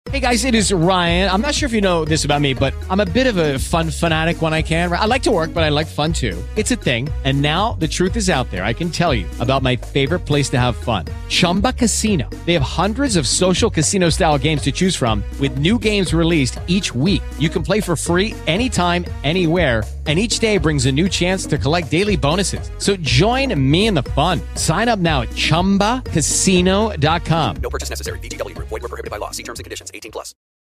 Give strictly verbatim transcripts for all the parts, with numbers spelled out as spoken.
Hey guys, it is Ryan. I'm not sure if you know this about me, but I'm a bit of a fun fanatic when I can. I like to work, but I like fun too. It's a thing. And now the truth is out there. I can tell you about my favorite place to have fun. Chumba Casino. They have hundreds of social casino style games to choose from with new games released each week. You can play for free anytime, anywhere. And each day brings a new chance to collect daily bonuses. So join me in the fun. Sign up now at chumba casino dot com. No purchase necessary. V G W. Void where prohibited by law. See terms and conditions. eighteen plus.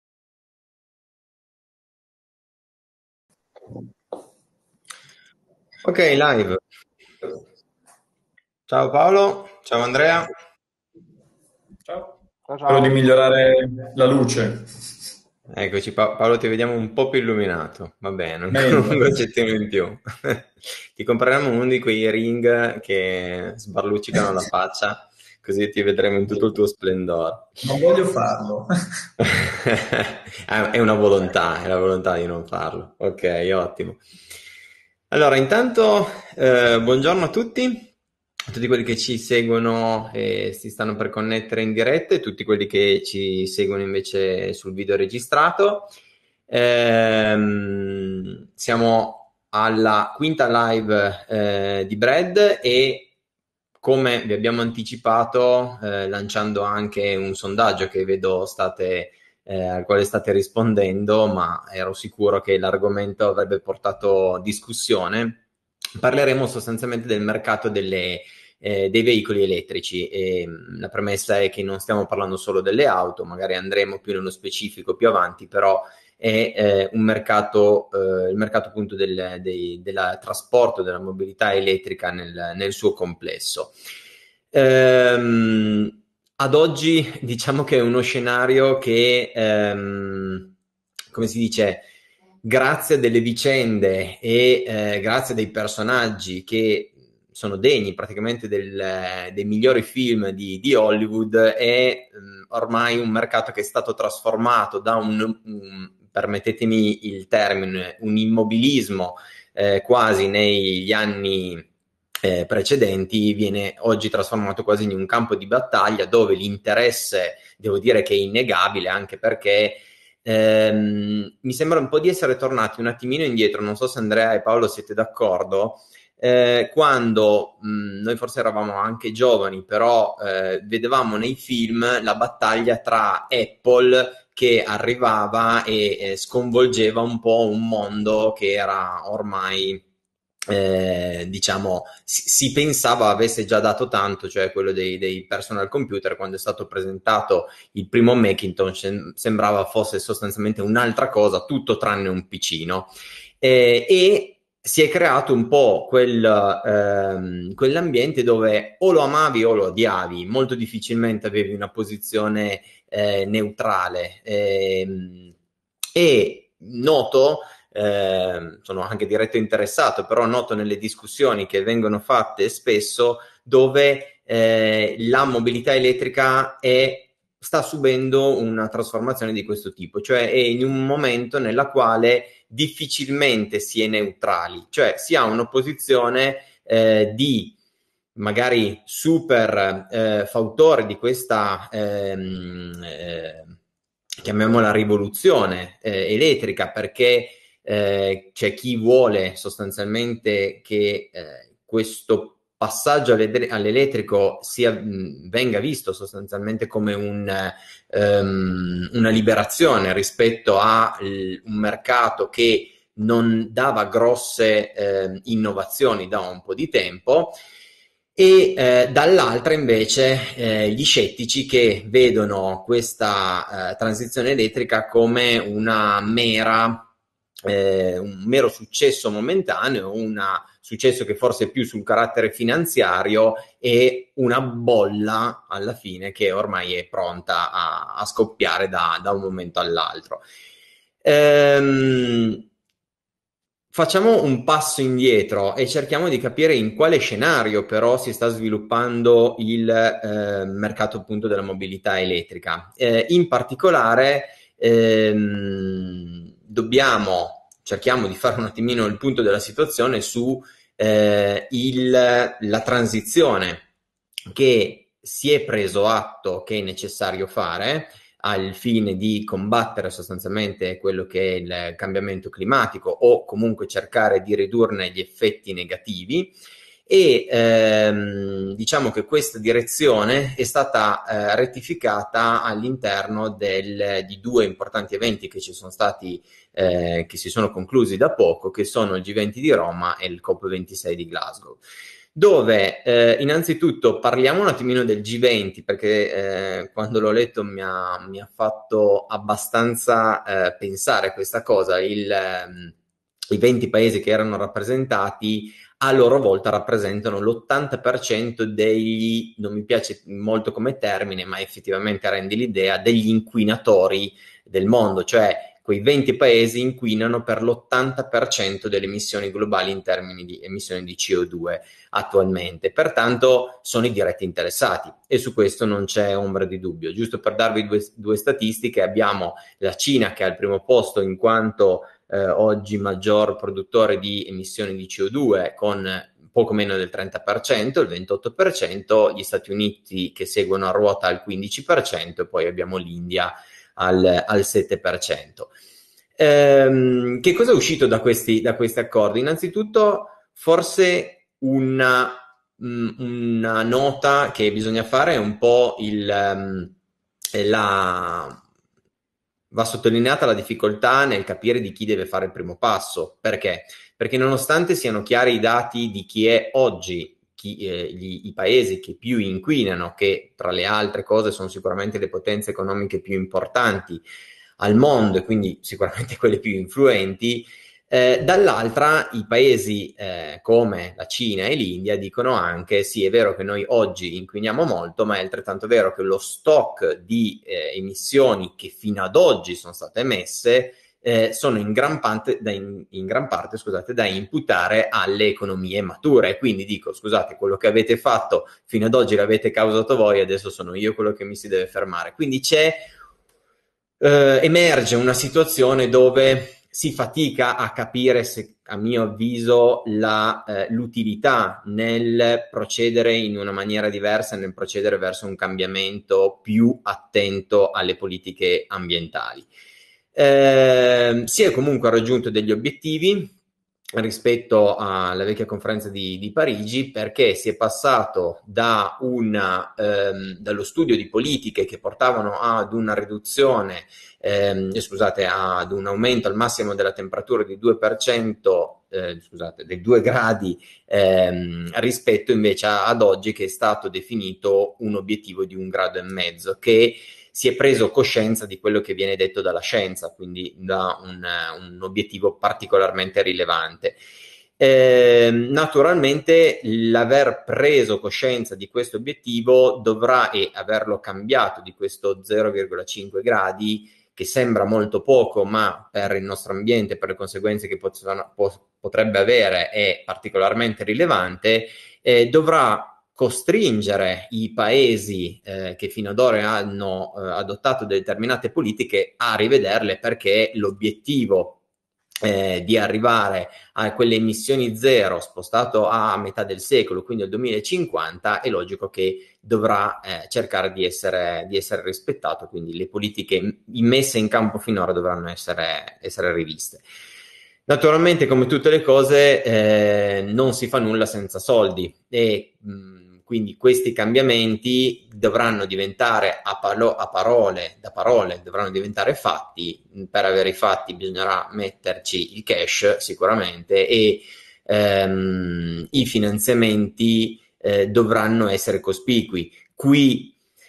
Ok, live. Ciao Paolo, ciao Andrea. Ciao. Ciao, Spero di ciao. migliorare la luce. Eccoci Pa- Paolo, ti vediamo un po' più illuminato, va bene, un, Meglio. un goccettino in più. Ti compreremo uno di quei ring che sbarluccicano la faccia, così ti vedremo in tutto il tuo splendore. Non voglio farlo. È una volontà, è la volontà di non farlo. Ok, ottimo. Allora, intanto, eh, buongiorno a tutti. A tutti quelli che ci seguono e si stanno per connettere in diretta e tutti quelli che ci seguono invece sul video registrato. Ehm, siamo alla quinta live eh, di Bread e come vi abbiamo anticipato, eh, lanciando anche un sondaggio che vedo state, eh, al quale state rispondendo, ma ero sicuro che l'argomento avrebbe portato discussione. Parleremo sostanzialmente del mercato delle, eh, dei veicoli elettrici e mh, la premessa è che non stiamo parlando solo delle auto, magari andremo più nello specifico più avanti, però è eh, un mercato, eh, il mercato appunto del dei, della trasporto, della mobilità elettrica nel, nel suo complesso. Ehm, ad oggi diciamo che è uno scenario che, ehm, come si dice, grazie a delle vicende e eh, grazie a dei personaggi che sono degni praticamente del, dei migliori film di, di Hollywood, è um, ormai un mercato che è stato trasformato da un, un permettetemi il termine, un immobilismo eh, quasi negli anni eh, precedenti, viene oggi trasformato quasi in un campo di battaglia dove l'interesse, devo dire che è innegabile, anche perché Ehm, mi sembra un po' di essere tornati un attimino indietro, non so se Andrea e Paolo siete d'accordo, eh, quando mh, noi forse eravamo anche giovani, però eh, vedevamo nei film la battaglia tra Apple che arrivava e eh, sconvolgeva un po' un mondo che era ormai Eh, diciamo si, si pensava avesse già dato tanto, cioè quello dei, dei personal computer. Quando è stato presentato il primo Macintosh sembrava fosse sostanzialmente un'altra cosa, tutto tranne un piccino, eh, e si è creato un po' quel, ehm, quell'ambiente dove o lo amavi o lo odiavi, molto difficilmente avevi una posizione eh, neutrale, ehm, e noto Eh, sono anche diretto interessato, però noto nelle discussioni che vengono fatte spesso dove eh, la mobilità elettrica è, sta subendo una trasformazione di questo tipo, cioè è in un momento nella quale difficilmente si è neutrali, cioè si ha un'opposizione eh, di magari super eh, fautore di questa ehm, eh, chiamiamola rivoluzione eh, elettrica, perché Eh, c'è chi vuole sostanzialmente che eh, questo passaggio all'elettrico sia, mh, venga visto sostanzialmente come un, um, una liberazione rispetto a l- un mercato che non dava grosse eh, innovazioni da un po' di tempo. E eh, dall'altra invece eh, gli scettici che vedono questa eh, transizione elettrica come una mera Eh, un mero successo momentaneo, un successo che forse è più sul carattere finanziario e una bolla alla fine che ormai è pronta a, a scoppiare da, da un momento all'altro. Ehm, Facciamo un passo indietro e cerchiamo di capire in quale scenario però si sta sviluppando il eh, mercato appunto della mobilità elettrica. Eh, in particolare ehm, dobbiamo, cerchiamo di fare un attimino il punto della situazione su eh, il, la transizione che si è preso atto che è necessario fare al fine di combattere sostanzialmente quello che è il cambiamento climatico o comunque cercare di ridurne gli effetti negativi. E ehm, diciamo che questa direzione è stata eh, rettificata all'interno del, di due importanti eventi che ci sono stati, eh, che si sono conclusi da poco, che sono il G venti di Roma e il COP ventisei di Glasgow, dove eh, innanzitutto parliamo un attimino del G venti, perché eh, quando l'ho letto mi ha, mi ha fatto abbastanza eh, pensare questa cosa. Il, ehm, i venti paesi che erano rappresentati a loro volta rappresentano l'ottanta per cento degli, non mi piace molto come termine, ma effettivamente rende l'idea, degli inquinatori del mondo, cioè quei venti paesi inquinano per l'ottanta per cento delle emissioni globali in termini di emissioni di C O due attualmente, pertanto sono i diretti interessati e su questo non c'è ombra di dubbio. Giusto per darvi due, due statistiche, abbiamo la Cina che è al primo posto in quanto Eh, oggi maggior produttore di emissioni di C O due con poco meno del trenta per cento, il ventotto per cento, gli Stati Uniti che seguono a ruota al quindici per cento e poi abbiamo l'India al, al sette per cento. Ehm, che cosa è uscito da questi, da questi accordi? Innanzitutto forse una, una nota che bisogna fare è un po' il, um, la... Va sottolineata la difficoltà nel capire di chi deve fare il primo passo. Perché? Perché nonostante siano chiari i dati di chi è oggi chi, eh, gli, i paesi che più inquinano, che tra le altre cose sono sicuramente le potenze economiche più importanti al mondo e quindi sicuramente quelle più influenti, eh, dall'altra i paesi eh, come la Cina e l'India dicono anche sì, è vero che noi oggi inquiniamo molto, ma è altrettanto vero che lo stock di eh, emissioni che fino ad oggi sono state emesse eh, sono in gran parte, da, in, in gran parte scusate, da imputare alle economie mature. Quindi dico, scusate, quello che avete fatto fino ad oggi l'avete causato voi, adesso sono io quello che mi si deve fermare. Quindi c'è, eh, emerge una situazione dove si fatica a capire, se, a mio avviso, la, eh, l'utilità nel procedere in una maniera diversa, nel procedere verso un cambiamento più attento alle politiche ambientali. Eh, si è comunque raggiunto degli obiettivi rispetto alla vecchia conferenza di, di Parigi, perché si è passato da una, ehm, dallo studio di politiche che portavano ad una riduzione ehm, scusate, ad un aumento al massimo della temperatura di due per cento eh, scusate, dei due gradi ehm, rispetto invece a, ad oggi, che è stato definito un obiettivo di un grado e mezzo, che si è preso coscienza di quello che viene detto dalla scienza, quindi da un, un obiettivo particolarmente rilevante. Eh, naturalmente l'aver preso coscienza di questo obiettivo dovrà, e averlo cambiato di questo zero virgola cinque gradi, che sembra molto poco, ma per il nostro ambiente, per le conseguenze che pot- potrebbe avere, è particolarmente rilevante, eh, dovrà costringere i paesi eh, che fino ad ora hanno eh, adottato determinate politiche a rivederle, perché l'obiettivo eh, di arrivare a quelle emissioni zero spostato a metà del secolo, quindi al duemilacinquanta, è logico che dovrà eh, cercare di essere, di essere rispettato, quindi le politiche messe in campo finora dovranno essere, essere riviste. Naturalmente, come tutte le cose, eh, non si fa nulla senza soldi e mh, quindi questi cambiamenti dovranno diventare a, palo- a parole, da parole, dovranno diventare fatti. Per avere i fatti bisognerà metterci il cash sicuramente, e ehm, i finanziamenti eh, dovranno essere cospicui. Qui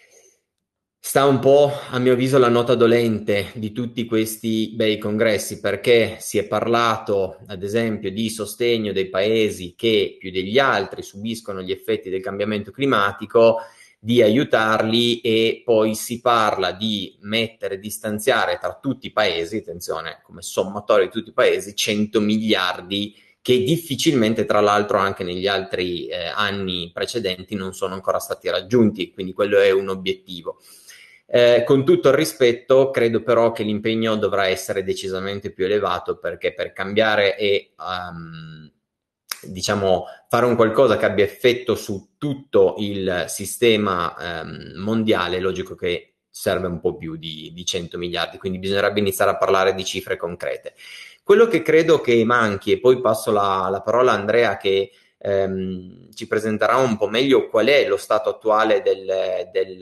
sta un po', a mio avviso, la nota dolente di tutti questi bei congressi, perché si è parlato, ad esempio, di sostegno dei paesi che più degli altri subiscono gli effetti del cambiamento climatico, di aiutarli, e poi si parla di mettere, di stanziare tra tutti i paesi, attenzione, come sommatorio di tutti i paesi, cento miliardi, che difficilmente, tra l'altro, anche negli altri eh, anni precedenti non sono ancora stati raggiunti, quindi quello è un obiettivo. Eh, con tutto il rispetto, credo però che l'impegno dovrà essere decisamente più elevato, perché per cambiare e um, diciamo fare un qualcosa che abbia effetto su tutto il sistema um, mondiale, è logico che serve un po' più di, di cento miliardi, quindi bisognerebbe iniziare a parlare di cifre concrete. Quello che credo che manchi, e poi passo la, la parola a Andrea che ehm, ci presenterà un po' meglio qual è lo stato attuale del, del,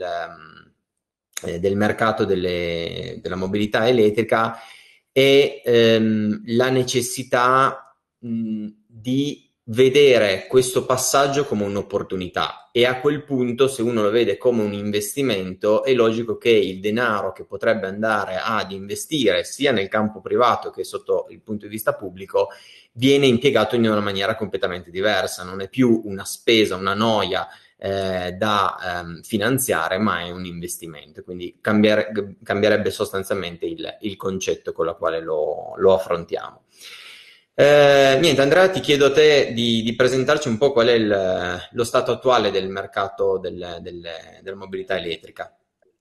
um, del mercato delle, della mobilità elettrica, è ehm, la necessità mh, di vedere questo passaggio come un'opportunità, e a quel punto, se uno lo vede come un investimento, è logico che il denaro che potrebbe andare ad investire sia nel campo privato che sotto il punto di vista pubblico viene impiegato in una maniera completamente diversa, non è più una spesa, una noia eh, da ehm, finanziare, ma è un investimento, quindi cambiare, cambierebbe sostanzialmente il, il concetto con il quale lo, lo affrontiamo. Eh, niente, Andrea, ti chiedo a te di, di presentarci un po' qual è il, lo stato attuale del mercato del, del, della mobilità elettrica.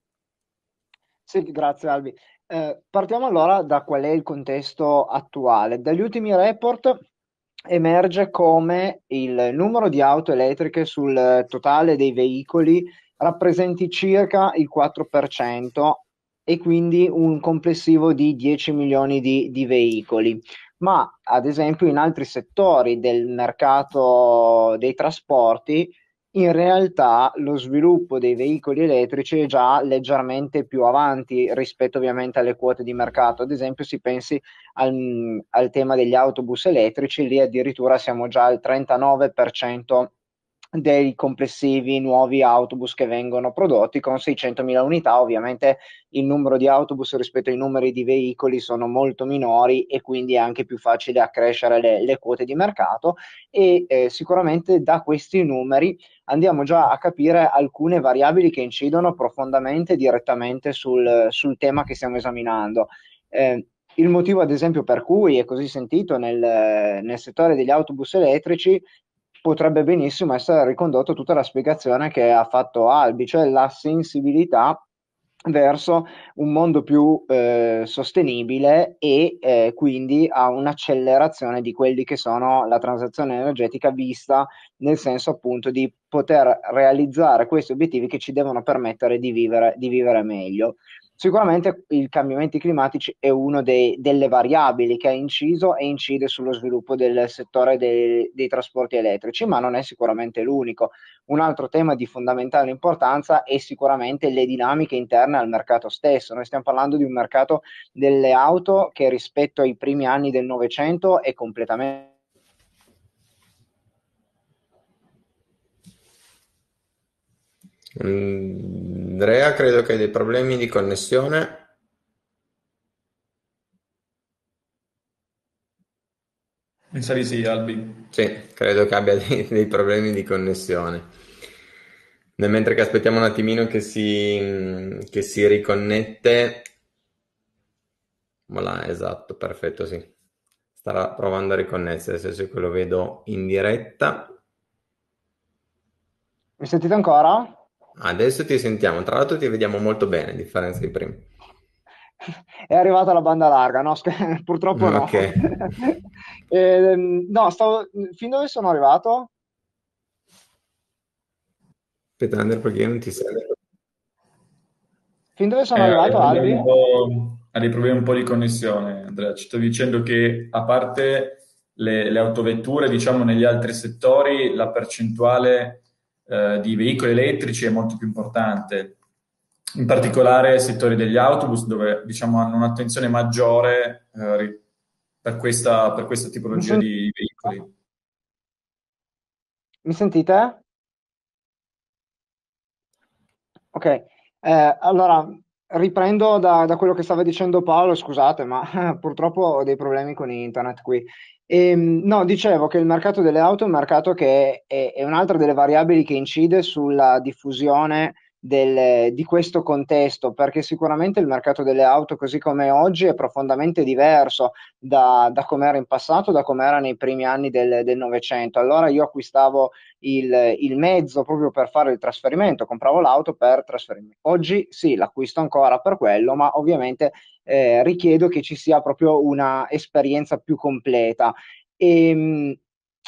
Sì, grazie Albi. Eh, partiamo allora da qual è il contesto attuale. Dagli ultimi report emerge come il numero di auto elettriche sul totale dei veicoli rappresenti circa il quattro per cento e quindi un complessivo di dieci milioni di, di veicoli. Ma ad esempio in altri settori del mercato dei trasporti in realtà lo sviluppo dei veicoli elettrici è già leggermente più avanti rispetto ovviamente alle quote di mercato. Ad esempio, si pensi al, al tema degli autobus elettrici, lì addirittura siamo già al trentanove per cento dei complessivi nuovi autobus che vengono prodotti con seicentomila unità. Ovviamente il numero di autobus rispetto ai numeri di veicoli sono molto minori e quindi è anche più facile accrescere le, le quote di mercato e eh, sicuramente da questi numeri andiamo già a capire alcune variabili che incidono profondamente direttamente sul, sul tema che stiamo esaminando. Eh, il motivo, ad esempio, per cui è così sentito nel, nel settore degli autobus elettrici potrebbe benissimo essere ricondotto a tutta la spiegazione che ha fatto Albi, cioè la sensibilità verso un mondo più eh, sostenibile e eh, quindi a un'accelerazione di quelli che sono la transazione energetica vista nel senso appunto di poter realizzare questi obiettivi che ci devono permettere di vivere, di vivere meglio. Sicuramente i cambiamenti climatici è una delle variabili che ha inciso e incide sullo sviluppo del settore dei, dei trasporti elettrici, ma non è sicuramente l'unico. Un altro tema di fondamentale importanza è sicuramente le dinamiche interne al mercato stesso. Noi stiamo parlando di un mercato delle auto che rispetto ai primi anni del Novecento è completamente Andrea, credo che hai dei problemi di connessione. Mi sa di sì, Albi. Sì, credo che abbia dei, dei problemi di connessione. Nel mentre che aspettiamo un attimino che si, che si riconnette. Voilà, esatto, perfetto, sì. Starà provando a riconnettere, nel senso che lo vedo in diretta. Mi sentite ancora? Adesso ti sentiamo, tra l'altro ti vediamo molto bene, a differenza di prima. È arrivata la banda larga, no? Sch- Purtroppo no. Ok. Ehm, no, stavo... fin dove sono arrivato? Aspetta, Andrea, perché io non ti sento. Fin dove sono Eh, ha dei arrivato, problemi Albi? un po', ha dei problemi un po' di connessione, Andrea. Ci sto dicendo che a parte le, le autovetture, diciamo, negli altri settori, la percentuale eh, di veicoli elettrici è molto più importante. In particolare i settori degli autobus, dove diciamo hanno un'attenzione maggiore eh, ri- per questa, per questa Mi tipologia sen- di veicoli. Mi sentite? Ok, eh, allora riprendo da, da quello che stava dicendo Paolo, scusate, ma purtroppo ho dei problemi con internet qui. Ehm, no, dicevo che il mercato delle auto è un mercato che è, è un'altra delle variabili che incide sulla diffusione del- di questo contesto, perché sicuramente il mercato delle auto, così come è oggi, è profondamente diverso da, da come era in passato, da come era nei primi anni del del Novecento. Allora io acquistavo il, il mezzo proprio per fare il trasferimento, compravo l'auto per trasferirmi. Oggi sì, l'acquisto ancora per quello, ma ovviamente eh, richiedo che ci sia proprio una esperienza più completa. E, mh,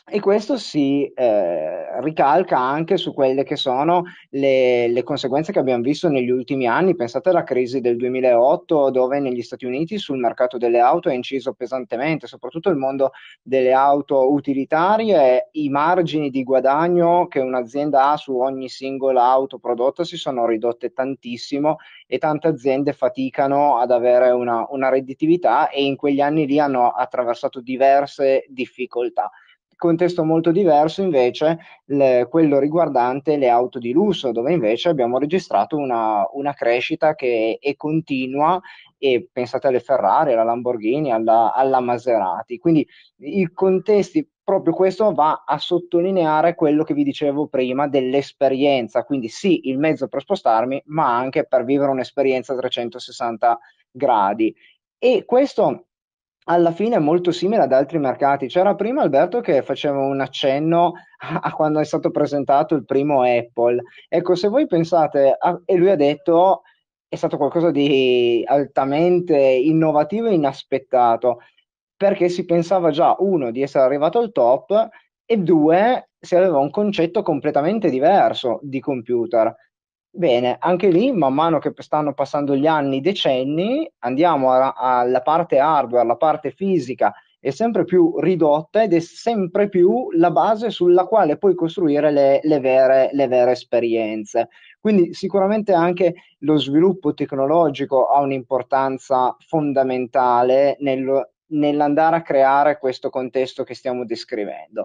E questo si eh, ricalca anche su quelle che sono le, le conseguenze che abbiamo visto negli ultimi anni. Pensate alla crisi del duemilaotto, dove negli Stati Uniti sul mercato delle auto è inciso pesantemente, soprattutto il mondo delle auto utilitarie. I margini di guadagno che un'azienda ha su ogni singola auto prodotta si sono ridotte tantissimo e tante aziende faticano ad avere una, una redditività e in quegli anni lì hanno attraversato diverse difficoltà. Contesto molto diverso invece le- quello riguardante le auto di lusso, dove invece abbiamo registrato una, una crescita che è continua e pensate alle Ferrari, alla Lamborghini, alla, alla Maserati. Quindi i contesti, proprio questo va a sottolineare quello che vi dicevo prima dell'esperienza, quindi sì, il mezzo per spostarmi, ma anche per vivere un'esperienza a trecentosessanta gradi. E questo alla fine è molto simile ad altri mercati. C'era prima Alberto che faceva un accenno a, a quando è stato presentato il primo Apple. Ecco, se voi pensate, a- e lui ha detto è stato qualcosa di altamente innovativo e inaspettato, perché si pensava già, uno, di essere arrivato al top e due, si aveva un concetto completamente diverso di computer. Bene, anche lì, man mano che stanno passando gli anni, i decenni, andiamo a- alla parte hardware, la parte fisica è sempre più ridotta ed è sempre più la base sulla quale puoi costruire le, le vere, le vere esperienze. Quindi sicuramente anche lo sviluppo tecnologico ha un'importanza fondamentale nel- nell'andare a creare questo contesto che stiamo descrivendo.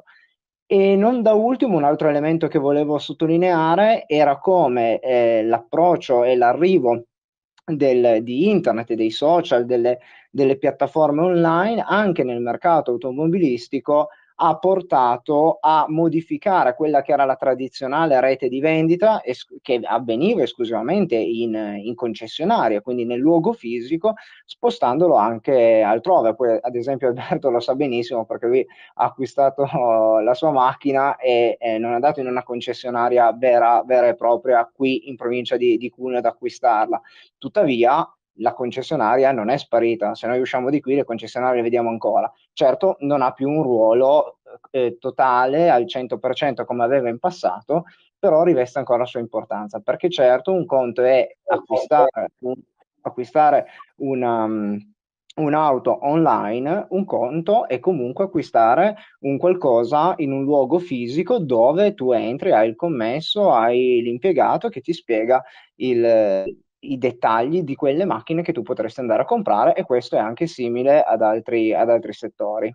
E non da ultimo, un altro elemento che volevo sottolineare era come eh, l'approccio e l'arrivo del- di internet e dei social, delle, delle piattaforme online, anche nel mercato automobilistico, ha portato a modificare quella che era la tradizionale rete di vendita es- che avveniva esclusivamente in, in concessionaria, quindi nel luogo fisico, spostandolo anche altrove. Poi, ad esempio, Alberto lo sa benissimo perché lui ha acquistato la sua macchina e eh, non è andato in una concessionaria vera, vera e propria qui in provincia di, di Cuneo ad acquistarla. Tuttavia, la concessionaria non è sparita. Se noi usciamo di qui, le concessionarie le vediamo ancora. Certo, non ha più un ruolo eh, totale al cento per cento come aveva in passato, però riveste ancora la sua importanza. Perché certo, un conto è acquistare, un- acquistare una, um, un'auto online, un conto è comunque acquistare un qualcosa in un luogo fisico dove tu entri, hai il commesso, hai l'impiegato che ti spiega il- i dettagli di quelle macchine che tu potresti andare a comprare e questo è anche simile ad altri, ad altri settori.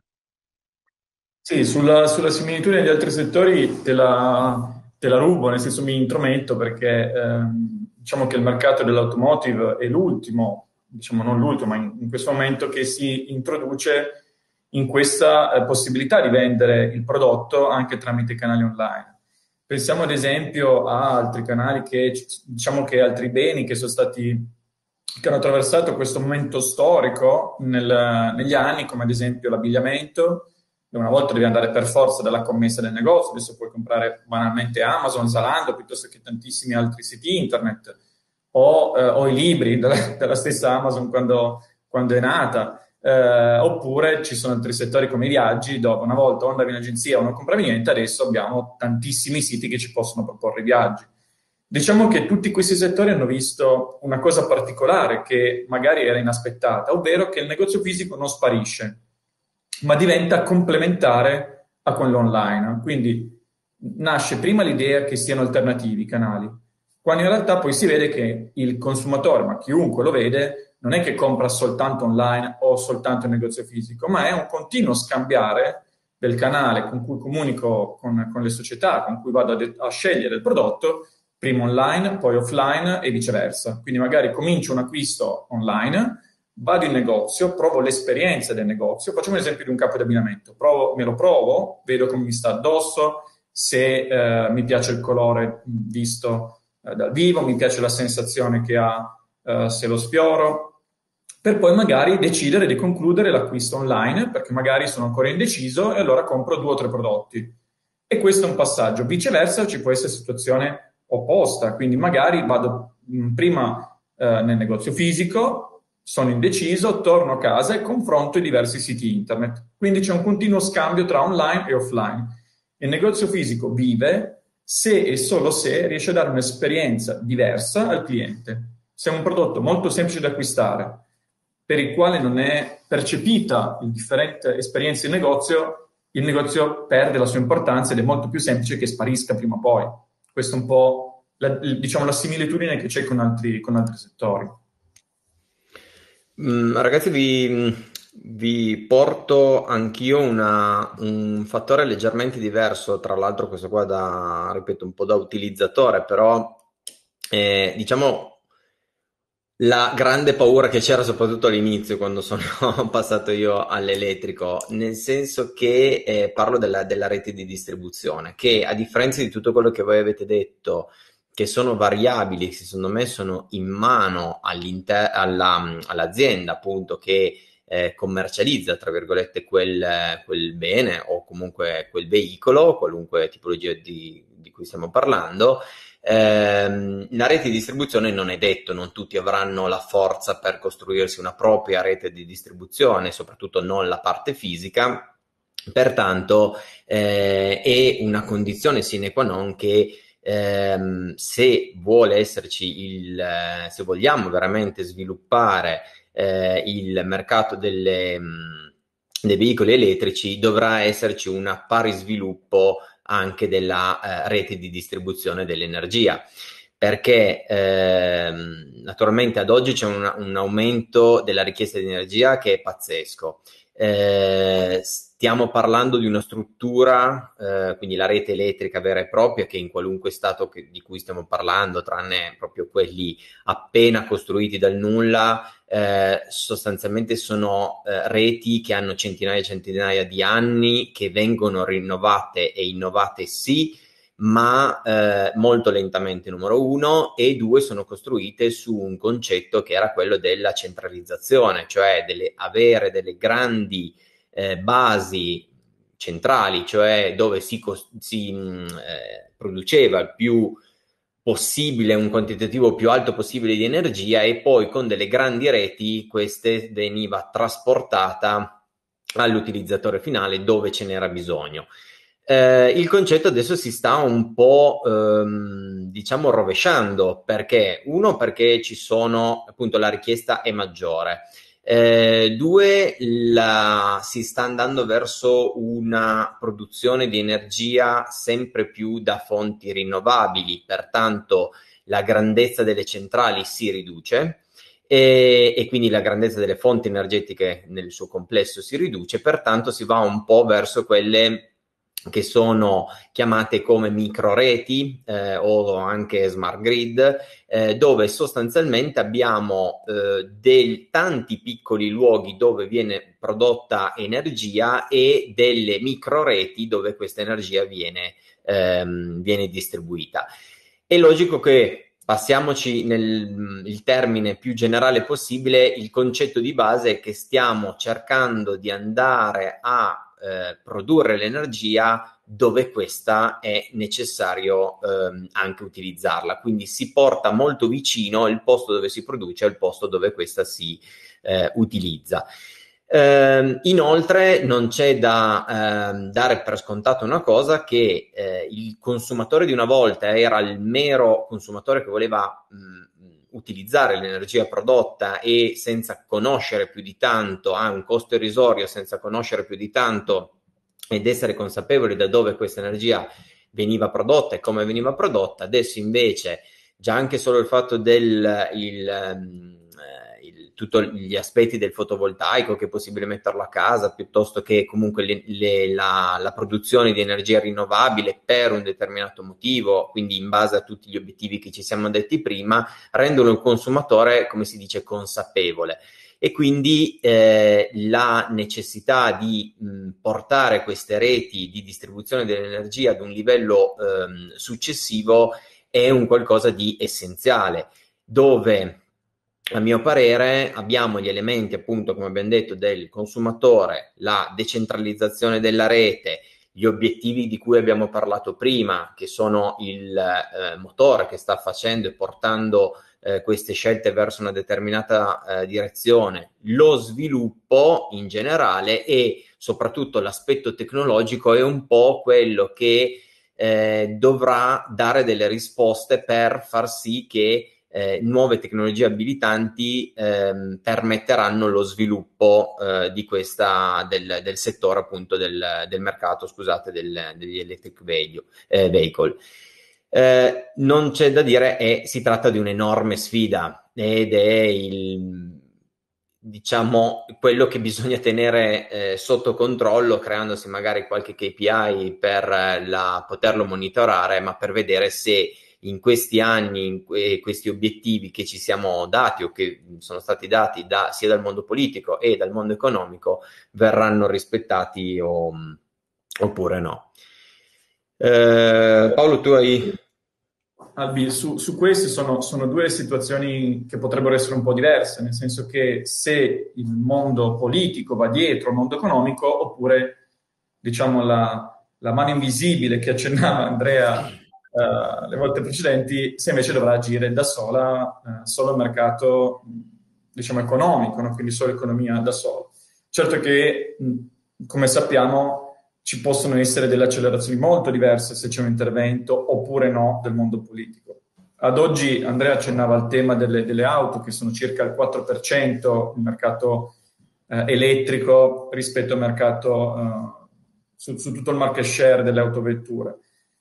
Sì, sulla, sulla similitudine di altri settori te la, te la rubo, nel senso mi intrometto perché ehm, diciamo che il mercato dell'automotive è l'ultimo, diciamo non l'ultimo, ma in, in questo momento che si introduce in questa eh, possibilità di vendere il prodotto anche tramite canali online. Pensiamo ad esempio a altri canali che, diciamo che altri beni che sono stati, che hanno attraversato questo momento storico nel- negli anni, come ad esempio l'abbigliamento. Una volta devi andare per forza dalla commessa del negozio, adesso puoi comprare banalmente Amazon, Zalando, piuttosto che tantissimi altri siti internet, o, eh, o i libri della, della stessa Amazon quando, quando è nata. Eh, oppure ci sono altri settori come i viaggi, dove una volta o andavi in agenzia o non compravi niente, adesso abbiamo tantissimi siti che ci possono proporre i viaggi. Diciamo che tutti questi settori hanno visto una cosa particolare che magari era inaspettata, ovvero che il negozio fisico non sparisce, ma diventa complementare a quello online. Quindi nasce prima l'idea che siano alternativi i canali, quando in realtà poi si vede che il consumatore, ma chiunque lo vede, non è che compra soltanto online o soltanto in negozio fisico, ma è un continuo scambiare del canale con cui comunico con, con le società, con cui vado a, de- a scegliere il prodotto, prima online, poi offline e viceversa. Quindi magari comincio un acquisto online, vado in negozio, provo l'esperienza del negozio, facciamo un esempio di un capo di abbinamento, provo, me lo provo, vedo come mi sta addosso, se eh, mi piace il colore visto eh, dal vivo, mi piace la sensazione che ha eh, se lo sfioro, per poi magari decidere di concludere l'acquisto online, perché magari sono ancora indeciso e allora compro due o tre prodotti. E questo è un passaggio. Viceversa ci può essere situazione opposta, quindi magari vado mh, prima eh, nel negozio fisico, sono indeciso, torno a casa e confronto i diversi siti internet. Quindi c'è un continuo scambio tra online e offline. Il negozio fisico vive se e solo se riesce a dare un'esperienza diversa al cliente. Se è un prodotto molto semplice da acquistare, per il quale non è percepita in differente esperienze in negozio, il negozio perde la sua importanza ed è molto più semplice che sparisca prima o poi. Questa è un po' la, diciamo, la similitudine che c'è con altri, con altri settori. Mm, ragazzi, vi, vi porto anch'io una, un fattore leggermente diverso, tra l'altro questo qua da, ripeto, un po' da utilizzatore, però eh, diciamo la grande paura che c'era soprattutto all'inizio quando sono passato io all'elettrico, nel senso che eh, parlo della, della rete di distribuzione, che a differenza di tutto quello che voi avete detto, che sono variabili, che secondo me sono in mano alla, all'azienda appunto che eh, commercializza, tra virgolette, quel, quel bene o comunque quel veicolo, qualunque tipologia di, di cui stiamo parlando. Eh, la rete di distribuzione non è detto, non tutti avranno la forza per costruirsi una propria rete di distribuzione, soprattutto non la parte fisica, pertanto eh, è una condizione sine qua non che ehm, se vuole esserci il, se vogliamo veramente sviluppare eh, il mercato delle, mh, dei veicoli elettrici, dovrà esserci un pari sviluppo anche della eh, rete di distribuzione dell'energia, perché ehm, naturalmente ad oggi c'è un, un aumento della richiesta di energia che è pazzesco. Eh, stiamo parlando di una struttura, eh, quindi la rete elettrica vera e propria, che in qualunque stato che, di cui stiamo parlando, tranne proprio quelli appena costruiti dal nulla, eh, sostanzialmente sono eh, reti che hanno centinaia e centinaia di anni, che vengono rinnovate e innovate sì, ma eh, molto lentamente, numero uno, e due, sono costruite su un concetto che era quello della centralizzazione, cioè delle, avere delle grandi eh, basi centrali, cioè dove si, si eh, produceva il più possibile, un quantitativo più alto possibile di energia, e poi con delle grandi reti queste veniva trasportata all'utilizzatore finale dove ce n'era bisogno. Eh, il concetto adesso si sta un po' ehm, diciamo rovesciando, perché uno, perché ci sono appunto la richiesta è maggiore, eh, due, la, si sta andando verso una produzione di energia sempre più da fonti rinnovabili, pertanto la grandezza delle centrali si riduce. E, e quindi la grandezza delle fonti energetiche nel suo complesso si riduce, pertanto si va un po' verso quelle che sono chiamate come microreti eh, o anche smart grid, eh, dove sostanzialmente abbiamo eh, dei tanti piccoli luoghi dove viene prodotta energia e delle microreti dove questa energia viene, ehm, viene distribuita. È logico che, passiamoci nel il termine più generale possibile, il concetto di base è che stiamo cercando di andare a Eh, produrre l'energia dove questa è necessario ehm, anche utilizzarla, quindi si porta molto vicino il posto dove si produce al posto dove questa si eh, utilizza. Eh, inoltre non c'è da eh, dare per scontato una cosa, che eh, il consumatore di una volta era il mero consumatore che voleva mh, utilizzare l'energia prodotta e senza conoscere più di tanto, ha un costo irrisorio, senza conoscere più di tanto ed essere consapevoli da dove questa energia veniva prodotta e come veniva prodotta. Adesso invece già anche solo il fatto del il, il, tutti gli aspetti del fotovoltaico, che è possibile metterlo a casa, piuttosto che comunque le, le, la, la produzione di energia rinnovabile per un determinato motivo, quindi in base a tutti gli obiettivi che ci siamo detti prima, rendono il consumatore, come si dice, consapevole. E quindi eh, la necessità di mh, portare queste reti di distribuzione dell'energia ad un livello ehm, successivo è un qualcosa di essenziale, dove a mio parere abbiamo gli elementi, appunto, come abbiamo detto, del consumatore, la decentralizzazione della rete, gli obiettivi di cui abbiamo parlato prima, che sono il eh, motore che sta facendo e portando eh, queste scelte verso una determinata eh, direzione, lo sviluppo in generale e soprattutto l'aspetto tecnologico è un po' quello che eh, dovrà dare delle risposte per far sì che Eh, nuove tecnologie abilitanti ehm, permetteranno lo sviluppo eh, di questa del, del settore appunto del, del mercato, scusate, del, degli electric vehicle, eh, vehicle. Eh, non c'è da dire, è, si tratta di un'enorme sfida ed è il diciamo quello che bisogna tenere eh, sotto controllo, creandosi magari qualche K P I per eh, la, poterlo monitorare, ma per vedere se in questi anni, in que- questi obiettivi che ci siamo dati o che sono stati dati da, sia dal mondo politico e dal mondo economico verranno rispettati o, oppure no. Eh, Paolo, tu hai... Albi, su, su queste sono, sono due situazioni che potrebbero essere un po' diverse, nel senso che se il mondo politico va dietro al mondo economico, oppure diciamo la, la mano invisibile che accennava Andrea Uh, le volte precedenti, se invece dovrà agire da sola, uh, solo il mercato, diciamo, economico, no? Quindi solo economia da sola. Certo che, mh, come sappiamo, ci possono essere delle accelerazioni molto diverse se c'è un intervento oppure no del mondo politico. Ad oggi Andrea accennava al tema delle, delle auto, che sono circa il quattro per cento il mercato uh, elettrico rispetto al mercato, uh, su, su tutto il market share delle autovetture.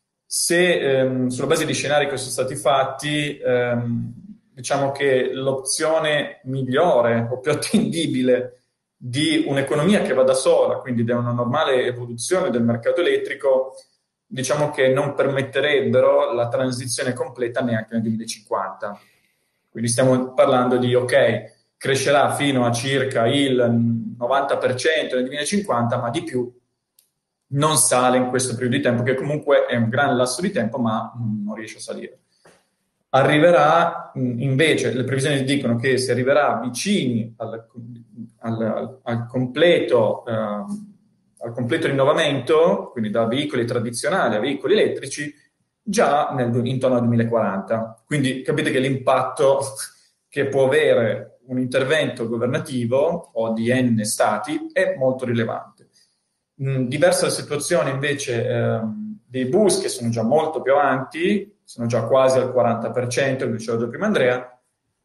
Se ehm, sulla base di scenari che sono stati fatti, ehm, diciamo che l'opzione migliore o più attendibile di un'economia che va da sola, quindi da una normale evoluzione del mercato elettrico, diciamo che non permetterebbero la transizione completa neanche nel duemilacinquanta. Quindi stiamo parlando di, ok, crescerà fino a circa il novanta per cento nel duemilacinquanta, ma di più non sale in questo periodo di tempo, che comunque è un gran lasso di tempo, ma non riesce a salire. Arriverà, invece, le previsioni dicono che si arriverà vicini al, al, al, completo, eh, al completo rinnovamento, quindi da veicoli tradizionali a veicoli elettrici, già nel, intorno al duemilaquaranta. Quindi capite che l'impatto che può avere un intervento governativo o di N stati è molto rilevante. Diversa la situazione invece ehm, dei bus, che sono già molto più avanti, sono già quasi al quaranta per cento, come diceva già prima Andrea,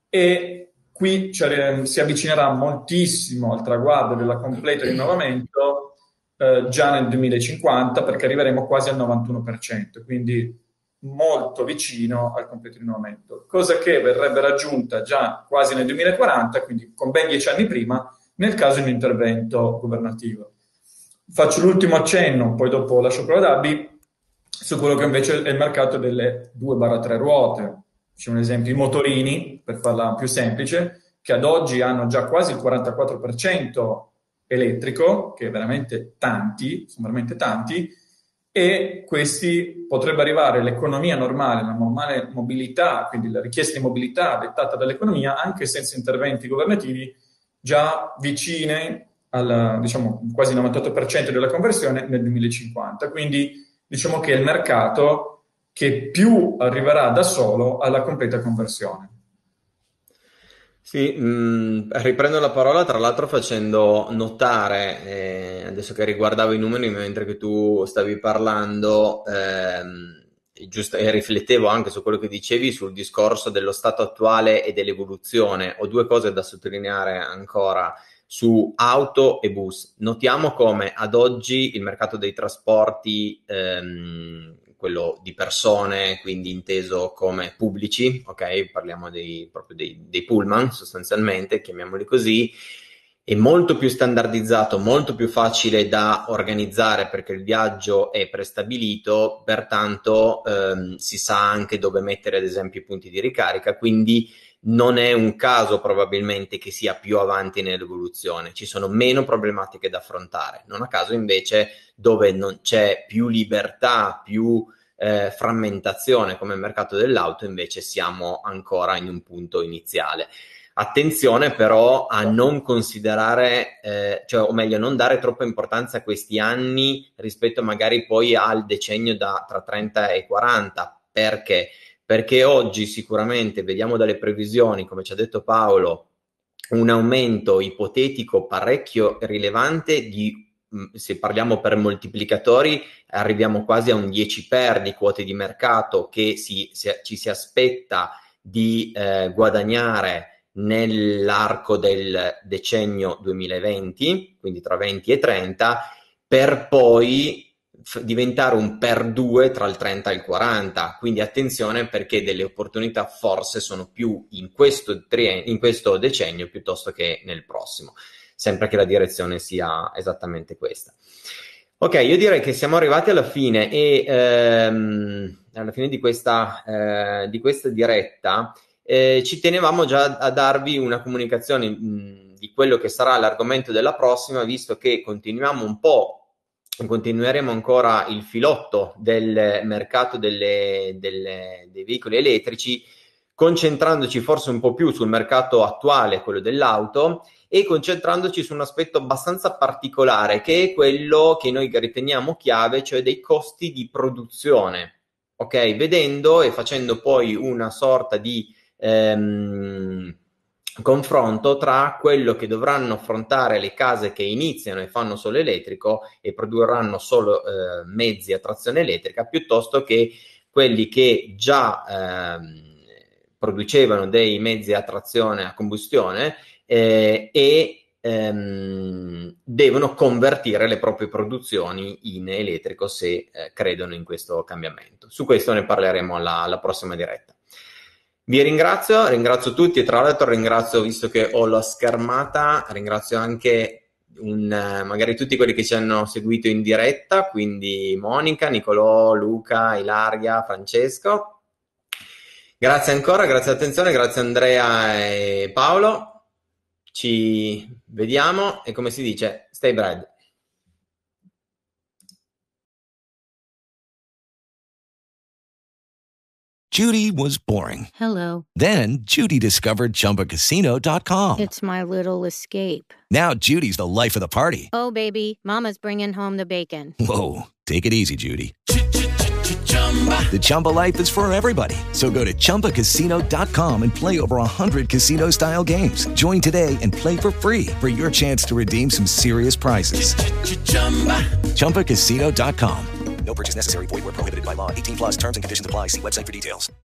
e qui cioè, si avvicinerà moltissimo al traguardo della completa rinnovamento eh, già nel duemilacinquanta, perché arriveremo quasi al novantuno per cento, quindi molto vicino al completo rinnovamento, cosa che verrebbe raggiunta già quasi nel duemilaquaranta, quindi con ben dieci anni prima, nel caso di un intervento governativo. Faccio l'ultimo accenno, poi dopo lascio parola ad Albi, su quello che invece è il mercato delle due tre ruote. C'è un esempio, i motorini, per farla più semplice, che ad oggi hanno già quasi il quarantaquattro per cento elettrico, che è veramente tanti, sono veramente tanti, e questi potrebbe arrivare l'economia normale, la normale mobilità, quindi la richiesta di mobilità dettata dall'economia, anche senza interventi governativi, già vicine al, diciamo, quasi il novantotto per cento della conversione nel duemilacinquanta. Quindi diciamo che è il mercato che più arriverà da solo alla completa conversione. Sì, mh, riprendo la parola tra l'altro facendo notare, eh, adesso che riguardavo i numeri mentre che tu stavi parlando, ehm, giusto, e riflettevo anche su quello che dicevi sul discorso dello stato attuale e dell'evoluzione. Ho due cose da sottolineare ancora su auto e bus. Notiamo come ad oggi il mercato dei trasporti, ehm, quello di persone, quindi inteso come pubblici, ok? Parliamo dei, proprio dei, dei pullman sostanzialmente, chiamiamoli così, è molto più standardizzato, molto più facile da organizzare perché il viaggio è prestabilito, pertanto ehm, si sa anche dove mettere ad esempio i punti di ricarica, quindi non è un caso probabilmente che sia più avanti nell'evoluzione, ci sono meno problematiche da affrontare, non a caso invece dove non c'è più libertà, più eh, frammentazione come il mercato dell'auto, invece siamo ancora in un punto iniziale. Attenzione però a non considerare, eh, cioè o meglio non dare troppa importanza a questi anni rispetto magari poi al decennio da, tra trenta e quaranta, perché perché oggi sicuramente vediamo dalle previsioni, come ci ha detto Paolo, un aumento ipotetico parecchio rilevante di, se parliamo per moltiplicatori, arriviamo quasi a un dieci per di quote di mercato che si, si, ci si aspetta di eh, guadagnare nell'arco del decennio duemilaventi, quindi tra venti e trenta, per poi f- diventare un per due tra il trenta e il quaranta. Quindi attenzione, perché delle opportunità forse sono più in questo, tri- in questo decennio piuttosto che nel prossimo, sempre che la direzione sia esattamente questa. Ok, io direi che siamo arrivati alla fine e ehm, alla fine di questa, eh, di questa diretta. Eh, ci tenevamo già a darvi una comunicazione mh, di quello che sarà l'argomento della prossima, visto che continuiamo un po', continueremo ancora il filotto del mercato delle, delle, dei veicoli elettrici, concentrandoci forse un po' più sul mercato attuale, quello dell'auto, e concentrandoci su un aspetto abbastanza particolare, che è quello che noi riteniamo chiave, cioè dei costi di produzione. Ok, vedendo e facendo poi una sorta di ehm, confronto tra quello che dovranno affrontare le case che iniziano e fanno solo elettrico e produrranno solo eh, mezzi a trazione elettrica, piuttosto che quelli che già ehm, producevano dei mezzi a trazione a combustione eh, e ehm, devono convertire le proprie produzioni in elettrico se eh, credono in questo cambiamento. Su questo ne parleremo alla, alla prossima diretta. Vi ringrazio, ringrazio tutti e tra l'altro ringrazio, visto che ho la schermata, ringrazio anche un, magari tutti quelli che ci hanno seguito in diretta, quindi Monica, Nicolò, Luca, Ilaria, Francesco. Grazie ancora, grazie all'attenzione, grazie Andrea e Paolo. Ci vediamo e, come si dice, stay bread. Judy was boring. Hello. Then Judy discovered Chumba Casino dot com. It's my little escape. Now Judy's the life of the party. Oh, baby, mama's bringing home the bacon. Whoa, take it easy, Judy. The Chumba life is for everybody. So go to Chumba Casino dot com and play over one hundred casino-style games. Join today and play for free for your chance to redeem some serious prizes. Chumba Casino dot com. No purchase necessary. Void where prohibited by law. eighteen plus terms and conditions apply. See website for details.